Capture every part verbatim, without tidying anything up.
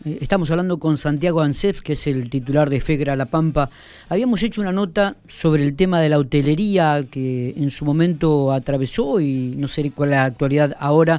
Eh, estamos hablando con Santiago Ansef, que es el titular de FEGRA La Pampa. Habíamos hecho una nota sobre el tema de la hotelería que en su momento atravesó y no sé cuál es la actualidad ahora.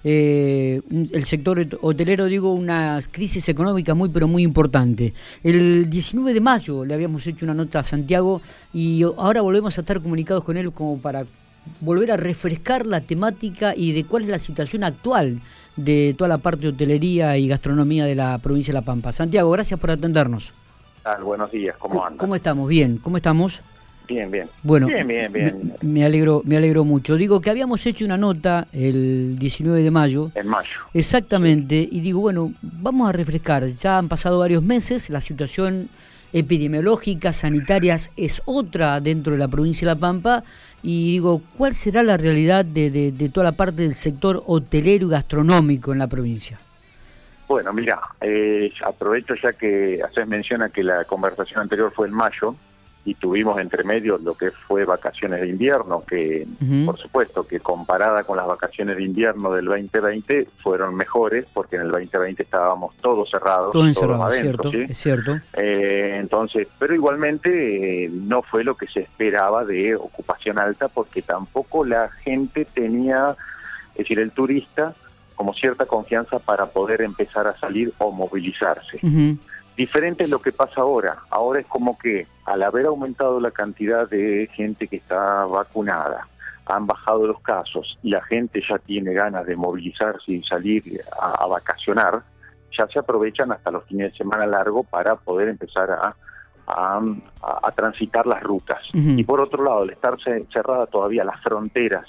Eh, el sector hotelero, digo, una crisis económica muy pero muy importante. El diecinueve de mayo le habíamos hecho una nota a Santiago y ahora volvemos a estar comunicados con él como para volver a refrescar la temática y de cuál es la situación actual de toda la parte de hotelería y gastronomía de la provincia de La Pampa. Santiago, gracias por atendernos. Ah, buenos días, ¿cómo andas? ¿Cómo estamos? Bien, ¿cómo estamos? Bien, bien. Bueno, bien, bien, bien. Me, me alegro, me alegro mucho. Digo que habíamos hecho una nota el diecinueve de mayo. En mayo. Exactamente, y digo, bueno, vamos a refrescar. Ya han pasado varios meses, la situación epidemiológica, sanitarias es otra dentro de la provincia de La Pampa, y digo, ¿cuál será la realidad de, de, de toda la parte del sector hotelero y gastronómico en la provincia? Bueno, mira, eh, aprovecho ya que haces mención a que la conversación anterior fue en mayo y tuvimos entre medio lo que fue vacaciones de invierno, que uh-huh. por supuesto que comparada con las vacaciones de invierno del veinte veinte fueron mejores, porque en el veinte veinte estábamos todos cerrados, todos encerrados, adentro, cierto, ¿sí? Es cierto. Eh, entonces, pero igualmente eh, no fue lo que se esperaba de ocupación alta, porque tampoco la gente tenía, es decir, el turista, como cierta confianza para poder empezar a salir o movilizarse. Uh-huh. Diferente es lo que pasa ahora. Ahora es como que al haber aumentado la cantidad de gente que está vacunada, han bajado los casos y la gente ya tiene ganas de movilizarse y salir a, a vacacionar, ya se aprovechan hasta los fines de semana largo para poder empezar a, a, a, a transitar las rutas. Uh-huh. Y por otro lado, al estar cerradas todavía las fronteras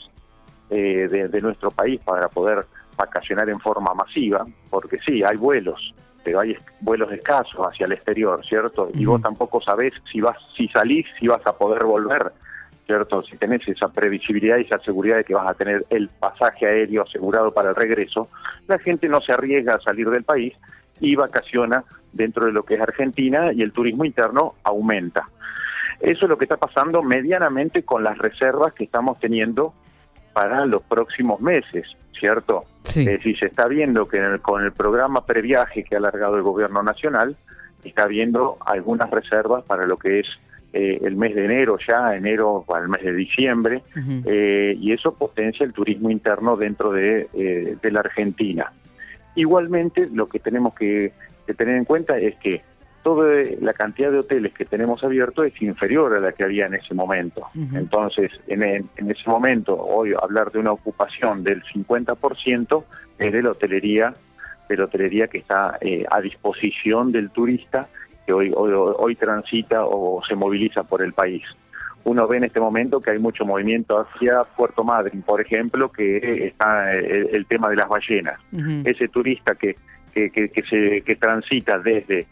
eh, de, de nuestro país para poder vacacionar en forma masiva, porque sí, hay vuelos, pero hay vuelos escasos hacia el exterior, ¿cierto? Y vos tampoco sabés si vas, si salís, si vas a poder volver, ¿cierto? Si tenés esa previsibilidad y esa seguridad de que vas a tener el pasaje aéreo asegurado para el regreso, la gente no se arriesga a salir del país y vacaciona dentro de lo que es Argentina, y el turismo interno aumenta. Eso es lo que está pasando medianamente con las reservas que estamos teniendo para los próximos meses, ¿cierto? Sí. Es decir, se está viendo que en el, con el programa previaje que ha alargado el gobierno nacional, está viendo algunas reservas para lo que es eh, el mes de enero ya, enero para el mes de diciembre, uh-huh. eh, y eso potencia el turismo interno dentro de, eh, de la Argentina. Igualmente, lo que tenemos que, que tener en cuenta es que toda la cantidad de hoteles que tenemos abiertos es inferior a la que había en ese momento. Uh-huh. Entonces, en, en ese momento, hoy hablar de una ocupación del cincuenta por ciento es de la hotelería, de la hotelería que está eh, a disposición del turista que hoy, hoy, hoy transita o se moviliza por el país. Uno ve en este momento que hay mucho movimiento hacia Puerto Madryn, por ejemplo, que está el, el tema de las ballenas. Uh-huh. Ese turista que, que, que, que, se, que transita desde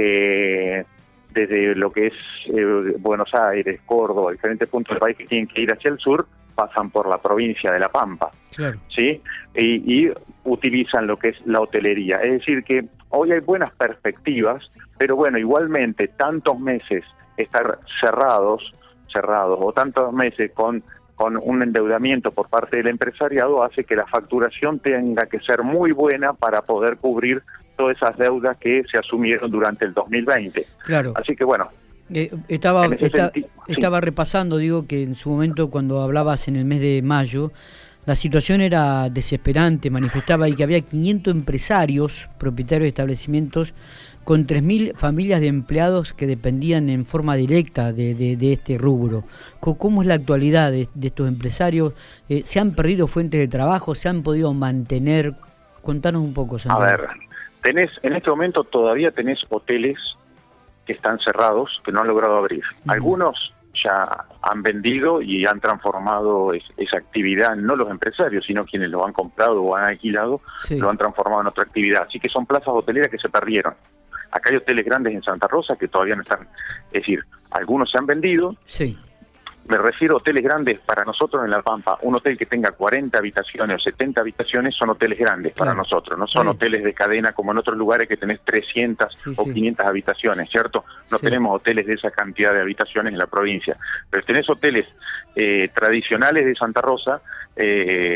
Eh, desde lo que es eh, Buenos Aires, Córdoba, diferentes puntos del país que tienen que ir hacia el sur, pasan por la provincia de La Pampa, claro. ¿sí? Y, y utilizan lo que es la hotelería. Es decir, que hoy hay buenas perspectivas, pero bueno, igualmente tantos meses estar cerrados, cerrados o tantos meses con con un endeudamiento por parte del empresariado hace que la facturación tenga que ser muy buena para poder cubrir todas esas deudas que se asumieron durante el dos mil veinte. Claro. Así que bueno. Eh, estaba está, sentido, estaba sí. repasando, digo, que en su momento cuando hablabas en el mes de mayo, la situación era desesperante, manifestaba y que había quinientos empresarios, propietarios de establecimientos, con tres mil familias de empleados que dependían en forma directa de, de, de este rubro. ¿Cómo es la actualidad de, de estos empresarios? Eh, ¿Se han perdido fuentes de trabajo? ¿Se han podido mantener? Contanos un poco, Santiago. A ver, tenés, en este momento todavía tenés hoteles que están cerrados, que no han logrado abrir. Uh-huh. Algunos ya han vendido y han transformado es, esa actividad, no los empresarios, sino quienes lo han comprado o han alquilado, sí. lo han transformado en otra actividad. Así que son plazas hoteleras que se perdieron. Acá hay hoteles grandes en Santa Rosa que todavía no están, es decir, algunos se han vendido. Sí. Me refiero a hoteles grandes para nosotros en La Pampa. Un hotel que tenga cuarenta habitaciones o setenta habitaciones son hoteles grandes para claro. nosotros. No son sí. hoteles de cadena como en otros lugares que tenés trescientas sí, o sí. quinientas habitaciones, ¿cierto? No sí. tenemos hoteles de esa cantidad de habitaciones en la provincia. Pero tenés hoteles eh, tradicionales de Santa Rosa, eh,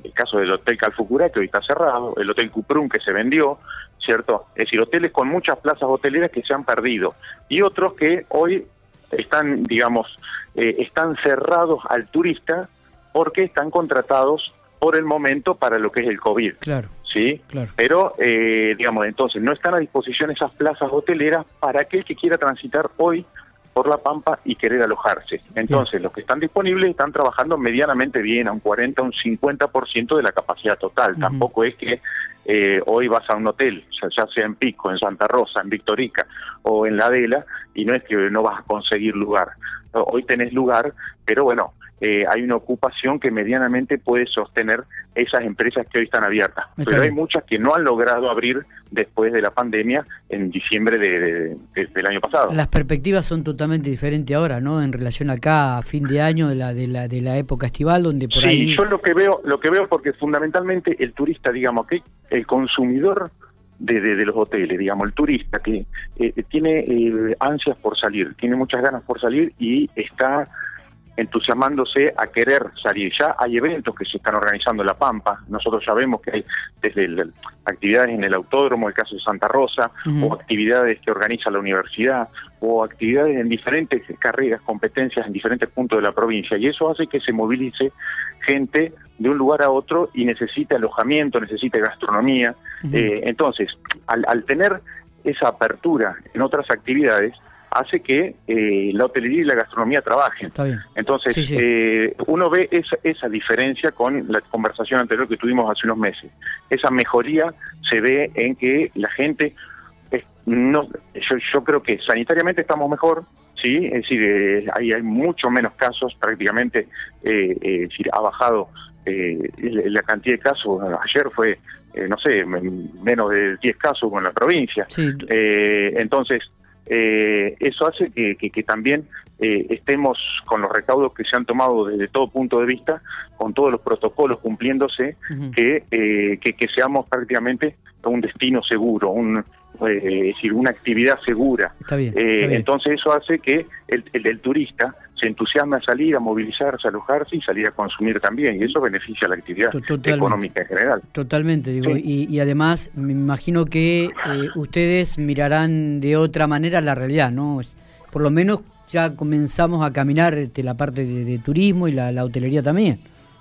el caso del Hotel Calfucurá, que hoy está cerrado, el Hotel Cuprum, que se vendió, ¿cierto? Es decir, hoteles con muchas plazas hoteleras que se han perdido, y otros que hoy están, digamos, eh, están cerrados al turista porque están contratados por el momento para lo que es el COVID. Claro. ¿Sí? Claro. Pero, eh, digamos, entonces no están a disposición esas plazas hoteleras para aquel que quiera transitar hoy por La Pampa y querer alojarse. Entonces, bien, los que están disponibles están trabajando medianamente bien, a un cuarenta, un cincuenta por ciento de la capacidad total. Uh-huh. Tampoco es que eh, hoy vas a un hotel, ya, ya sea en Pico, en Santa Rosa, en Victorica o en La Adela, y no es que no vas a conseguir lugar. Hoy tenés lugar, pero bueno, eh, hay una ocupación que medianamente puede sostener esas empresas que hoy están abiertas. Está pero bien. Hay muchas que no han logrado abrir después de la pandemia en diciembre de, de, de, del año pasado. Las perspectivas son totalmente diferentes ahora, ¿no? En relación acá a fin de año de la de la de la época estival, donde por sí, ahí. Sí, yo lo que veo, lo que veo porque fundamentalmente el turista, digamos, que el consumidor De, de, de los hoteles, digamos, el turista que eh, tiene eh, ansias por salir, tiene muchas ganas por salir y está entusiasmándose a querer salir. Ya hay eventos que se están organizando en La Pampa, nosotros ya vemos que hay desde el, actividades en el autódromo, el caso de Santa Rosa, uh-huh. o actividades que organiza la universidad, o actividades en diferentes carreras, competencias en diferentes puntos de la provincia, y eso hace que se movilice gente de un lugar a otro y necesita alojamiento, necesita gastronomía. Uh-huh. Eh, entonces, al, al tener esa apertura en otras actividades, hace que eh, la hotelería y la gastronomía trabajen. Está bien. Entonces, sí, sí. Eh, uno ve esa, esa diferencia con la conversación anterior que tuvimos hace unos meses. Esa mejoría se ve en que la gente, es, no, yo, yo creo que sanitariamente estamos mejor, ¿sí? Es decir, eh, hay, hay mucho menos casos, prácticamente, eh, eh, es decir, ha bajado eh, la cantidad de casos. Ayer fue, eh, no sé, menos de diez casos en la provincia. Sí. Eh, entonces, Eh, eso hace que, que, que también eh, estemos con los recaudos que se han tomado desde todo punto de vista, con todos los protocolos cumpliéndose, uh-huh. que, eh, que que seamos prácticamente un destino seguro, un eh, es decir, una actividad segura. Está bien, eh, está bien. Entonces eso hace que el, el, el turista se entusiasme a salir, a movilizarse, a alojarse y salir a consumir también, y eso beneficia a la actividad Totalmente. económica en general. Totalmente, digo, sí. y, y además me imagino que eh, ustedes mirarán de otra manera la realidad, ¿no? Por lo menos ya comenzamos a caminar este, la parte de, de turismo y la, la hotelería también.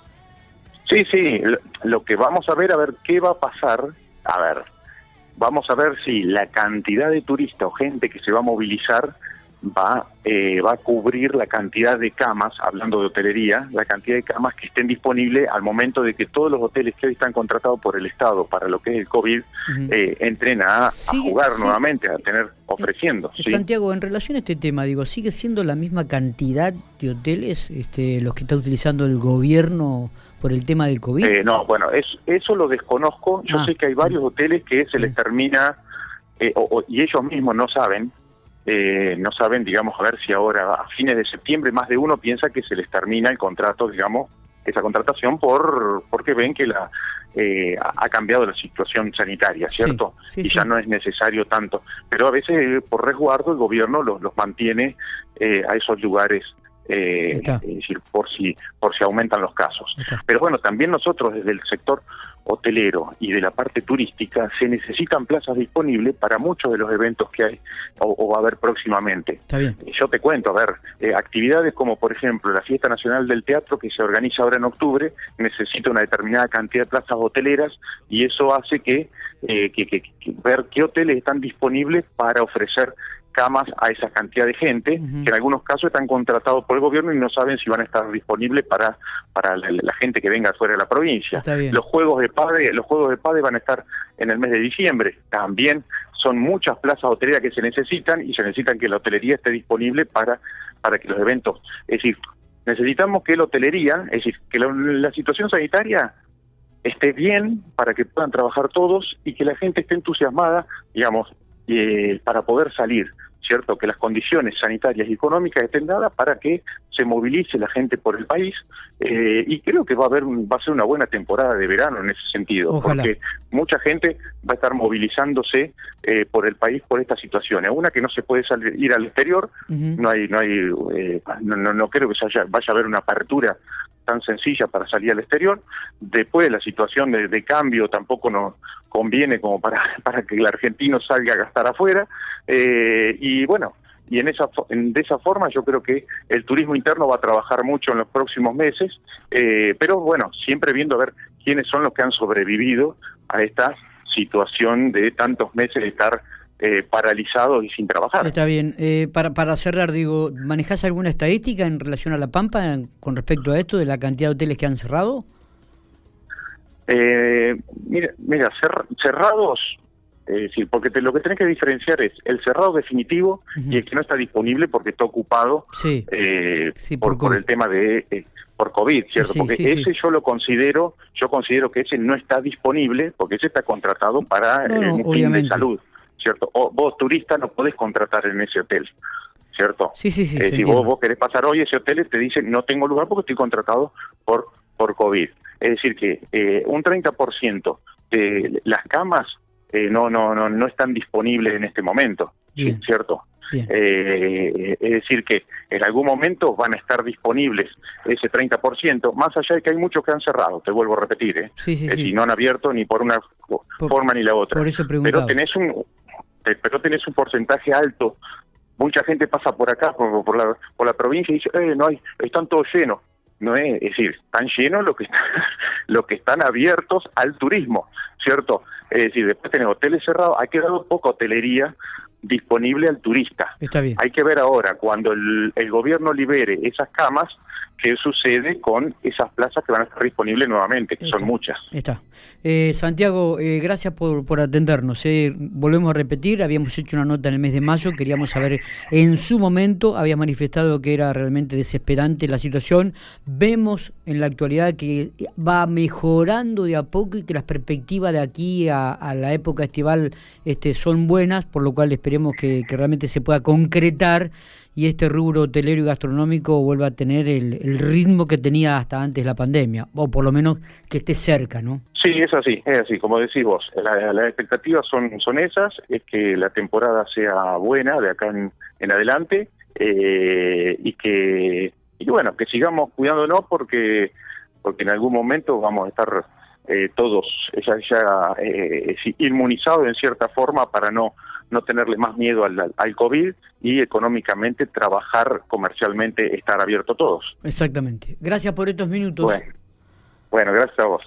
Sí, sí, lo, lo que vamos a ver, a ver qué va a pasar, a ver, vamos a ver si la cantidad de turistas o gente que se va a movilizar va eh, va a cubrir la cantidad de camas, hablando de hotelería, la cantidad de camas que estén disponibles al momento de que todos los hoteles que hoy están contratados por el Estado para lo que es el COVID, uh-huh. eh, entren a, sí, a jugar sí. nuevamente, a tener ofreciendo. Eh, ¿sí? Santiago, en relación a este tema, digo, ¿sigue siendo la misma cantidad de hoteles este, los que está utilizando el gobierno por el tema del COVID? Eh, no, bueno, es, eso lo desconozco. Yo ah, sé que hay varios uh-huh. hoteles que se les termina, eh, o, o, y ellos mismos no saben, Eh, no saben, digamos, a ver si ahora a fines de septiembre más de uno piensa que se les termina el contrato, digamos, esa contratación por porque ven que la eh, ha cambiado la situación sanitaria, ¿cierto? Sí, sí, y ya sí. no es necesario tanto. Pero a veces, eh, por resguardo, el gobierno los, los mantiene eh, a esos lugares, eh, es decir, por si, por si aumentan los casos. Está. Pero bueno, también nosotros desde el sector hotelero y de la parte turística se necesitan plazas disponibles para muchos de los eventos que hay o, o va a haber próximamente. Está bien. Yo te cuento, a ver, eh, actividades como por ejemplo la Fiesta Nacional del Teatro que se organiza ahora en octubre necesita una determinada cantidad de plazas hoteleras y eso hace que, eh, que, que, que ver qué hoteles están disponibles para ofrecer camas a esa cantidad de gente, uh-huh. que en algunos casos están contratados por el gobierno y no saben si van a estar disponibles para para la, la gente que venga fuera de la provincia. Los juegos de padre, los juegos de padre van a estar en el mes de diciembre. También son muchas plazas hoteleras que se necesitan y se necesitan que la hotelería esté disponible para para que los eventos, es decir, necesitamos que la hotelería, es decir, que la, la situación sanitaria esté bien para que puedan trabajar todos y que la gente esté entusiasmada, digamos, Eh, para poder salir, ¿cierto? Que las condiciones sanitarias y económicas estén dadas para que se movilice la gente por el país eh, y creo que va a haber un, va a ser una buena temporada de verano en ese sentido, Ojalá. porque mucha gente va a estar movilizándose eh, por el país por estas situaciones. Una que no se puede salir ir al exterior, uh-huh. no hay no hay eh, no, no no creo que se haya, vaya a haber una apertura tan sencilla para salir al exterior. Después la situación de, de cambio tampoco nos conviene como para, para que el argentino salga a gastar afuera, eh, y bueno, y en esa en, de esa forma yo creo que el turismo interno va a trabajar mucho en los próximos meses, eh, pero bueno, siempre viendo a ver quiénes son los que han sobrevivido a esta situación de tantos meses de estar eh, paralizados y sin trabajar. Está bien. Eh, para, para cerrar, digo, ¿manejás alguna estadística en relación a La Pampa en, con respecto a esto, de la cantidad de hoteles que han cerrado? Eh, mira, mira cer, cerrados... Es decir, porque te, lo que tenés que diferenciar es el cerrado definitivo uh-huh. y el que no está disponible porque está ocupado sí. Eh, sí, por, por, por el tema de eh, por COVID, ¿cierto? Sí, porque sí, ese sí. yo lo considero, yo considero que ese no está disponible porque ese está contratado para no, eh, no, un fin de salud, ¿cierto? O vos turista no podés contratar en ese hotel, ¿cierto? Sí, sí, sí. Eh, si vos, vos querés pasar hoy ese hotel, te dicen no tengo lugar porque estoy contratado por por COVID. Es decir que eh, un treinta por ciento de las camas Eh, no no no no están disponibles en este momento, Bien. ¿cierto? Bien. Eh, es decir que en algún momento van a estar disponibles ese treinta por ciento, más allá de que hay muchos que han cerrado, te vuelvo a repetir, ¿eh? Sí, sí, eh, sí. si no han abierto ni por una por, forma ni la otra. Por eso preguntaba. Pero tenés un eh, pero tenés un porcentaje alto. Mucha gente pasa por acá, por, por la por la provincia y dice, eh, no hay, están todos llenos. No es, es decir, están llenos los que están, los que están abiertos al turismo, ¿cierto? Es decir, después tenés hoteles cerrados, ha quedado poca hotelería disponible al turista. Está bien. Hay que ver ahora, cuando el, el gobierno libere esas camas, qué sucede con esas plazas que van a estar disponibles nuevamente, que Está. son muchas. Está. Eh, Santiago, eh, gracias por, por atendernos. Eh. Volvemos a repetir, habíamos hecho una nota en el mes de mayo, queríamos saber, en su momento habías manifestado que era realmente desesperante la situación. Vemos en la actualidad que va mejorando de a poco y que las perspectivas de aquí a, a la época estival este, son buenas, por lo cual esperemos que, que realmente se pueda concretar y este rubro hotelero y gastronómico vuelva a tener el, el ritmo que tenía hasta antes de la pandemia, o por lo menos que esté cerca, ¿no? Sí, es así, es así, como decís vos, la, las expectativas son, son esas, es que la temporada sea buena de acá en, en adelante, eh, y que, y bueno, que sigamos cuidándonos porque, porque en algún momento vamos a estar eh, todos ya, ya eh, inmunizados en cierta forma para no no tenerle más miedo al, al, al COVID y económicamente trabajar comercialmente, estar abierto todos. Exactamente. Gracias por estos minutos. Bueno, bueno, gracias a vos.